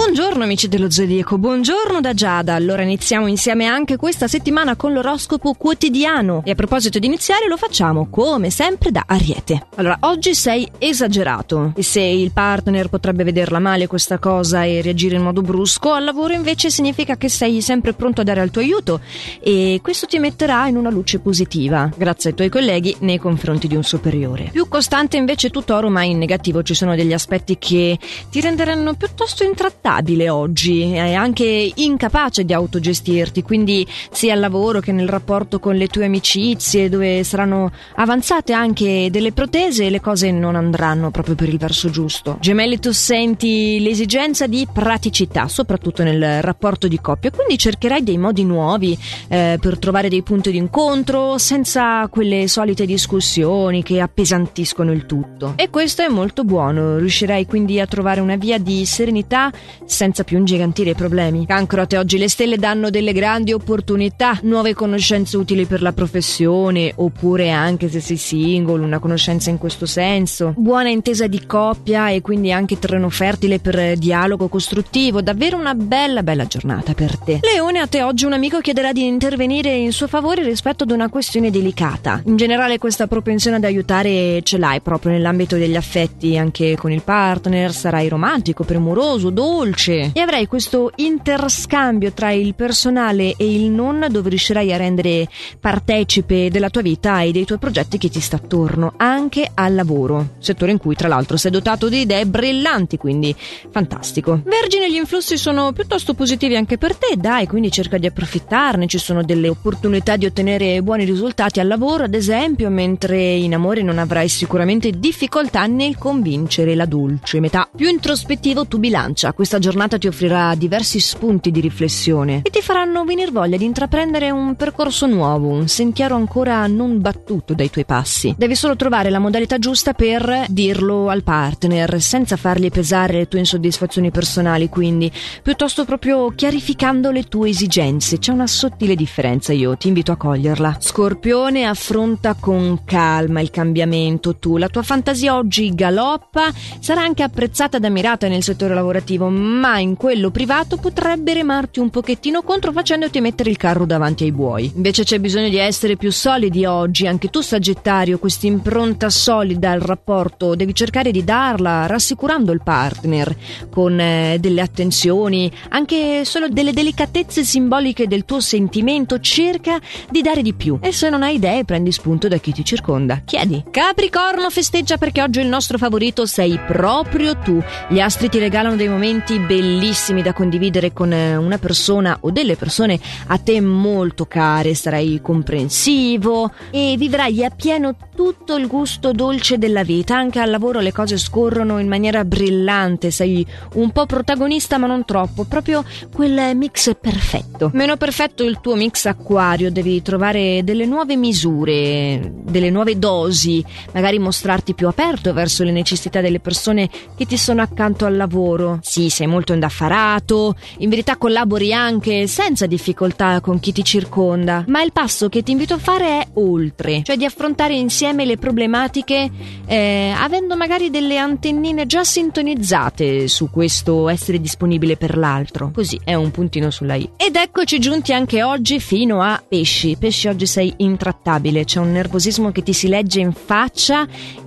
Buongiorno amici dello Zodiaco, buongiorno da Giada. Allora iniziamo insieme anche questa settimana con l'oroscopo quotidiano e a proposito di iniziare lo facciamo come sempre da Ariete. Allora, oggi sei esagerato e se il partner potrebbe vederla male questa cosa e reagire in modo brusco, al lavoro invece significa che sei sempre pronto a dare il tuo aiuto e questo ti metterà in una luce positiva grazie ai tuoi colleghi nei confronti di un superiore. Più costante invece tu Toro, ma in negativo. Ci sono degli aspetti che ti renderanno piuttosto intrattabile oggi e anche incapace di autogestirti, quindi sia al lavoro che nel rapporto con le tue amicizie, dove saranno avanzate anche delle protese e le cose non andranno proprio per il verso giusto. Gemelli, tu senti l'esigenza di praticità, soprattutto nel rapporto di coppia, quindi cercherai dei modi nuovi per trovare dei punti di incontro senza quelle solite discussioni che appesantiscono il tutto. E questo è molto buono, riuscirai quindi a trovare una via di serenità senza più ingigantire i problemi. Cancro, a te oggi le stelle danno delle grandi opportunità, nuove conoscenze utili per la professione, oppure anche se sei single, una conoscenza in questo senso. Buona intesa di coppia e quindi anche terreno fertile per dialogo costruttivo, davvero una bella giornata per te. Leone, a te oggi un amico chiederà di intervenire in suo favore rispetto ad una questione delicata. In generale questa propensione ad aiutare ce l'hai proprio nell'ambito degli affetti, anche con il partner sarai romantico, premuroso, dolce e avrai questo interscambio tra il personale e il non, dove riuscirai a rendere partecipe della tua vita e dei tuoi progetti che ti sta attorno, anche al lavoro, settore in cui tra l'altro sei dotato di idee brillanti, quindi fantastico. Vergine, gli influssi sono piuttosto positivi anche per te, dai, quindi cerca di approfittarne. Ci sono delle opportunità di ottenere buoni risultati al lavoro, ad esempio, mentre in amore non avrai sicuramente difficoltà nel convincere la dolce metà. Più introspettivo tu Bilancia, questa giornata ti offrirà diversi spunti di riflessione e ti faranno venir voglia di intraprendere un percorso nuovo, un sentiero ancora non battuto dai tuoi passi. Devi solo trovare la modalità giusta per dirlo al partner senza fargli pesare le tue insoddisfazioni personali, quindi piuttosto proprio chiarificando le tue esigenze. C'è una sottile differenza, io ti invito a coglierla. Scorpione, affronta con calma il cambiamento tu. La tua fantasia oggi galoppa, sarà anche apprezzata ed ammirata nel settore lavorativo, ma in quello privato potrebbe remarti un pochettino contro, facendoti mettere il carro davanti ai buoi. Invece c'è bisogno di essere più solidi oggi. Anche tu Sagittario, questa impronta solida al rapporto devi cercare di darla rassicurando il partner con delle attenzioni, anche solo delle delicatezze simboliche del tuo sentimento. Cerca di dare di più e se non hai idee prendi spunto da chi ti circonda, chiedi. Capricorno, festeggia perché oggi il nostro favorito sei proprio tu. Gli astri ti regalano dei momenti bellissimi da condividere con una persona o delle persone a te molto care. Sarai comprensivo e vivrai appieno tutto il gusto dolce della vita. Anche al lavoro le cose scorrono in maniera brillante, sei un po' protagonista ma non troppo, proprio quel mix perfetto. Meno perfetto il tuo mix Acquario, devi trovare delle nuove misure, delle nuove dosi, magari mostrarti più aperto verso le necessità delle persone che ti sono accanto al lavoro. Sì, sei molto indaffarato, in verità collabori anche senza difficoltà con chi ti circonda, ma il passo che ti invito a fare è oltre, cioè di affrontare insieme le problematiche avendo magari delle antennine già sintonizzate su questo essere disponibile per l'altro, così è un puntino sulla i. Ed eccoci giunti anche oggi fino a Pesci. Pesci, oggi sei intrattabile, c'è un nervosismo che ti si legge in faccia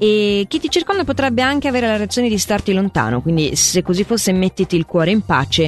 e chi ti circonda potrebbe anche avere la reazione di starti lontano, quindi se così fosse mettiti il cuore in pace.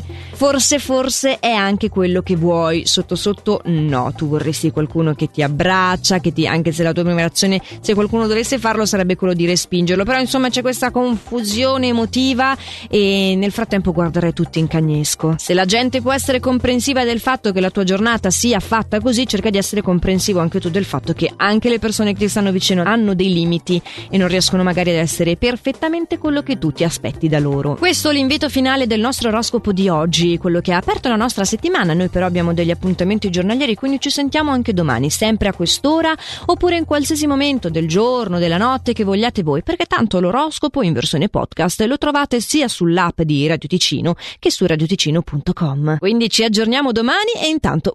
Forse è anche quello che vuoi, sotto no, tu vorresti qualcuno che ti abbraccia, che ti, anche se la tua prima reazione, se qualcuno dovesse farlo, sarebbe quello di respingerlo, però insomma c'è questa confusione emotiva e nel frattempo guarderai tutti in cagnesco. Se la gente può essere comprensiva del fatto che la tua giornata sia fatta così, cerca di essere comprensivo anche tu del fatto che anche le persone che ti stanno vicino hanno dei limiti e non riescono magari ad essere perfettamente quello che tu ti aspetti da loro. Questo è l'invito finale del nostro oroscopo di oggi, quello che ha aperto la nostra settimana. Noi però abbiamo degli appuntamenti giornalieri, quindi ci sentiamo anche domani, sempre a quest'ora, oppure in qualsiasi momento del giorno, della notte che vogliate voi, perché tanto l'oroscopo in versione podcast lo trovate sia sull'app di Radio Ticino che su radioticino.com. Quindi ci aggiorniamo domani e intanto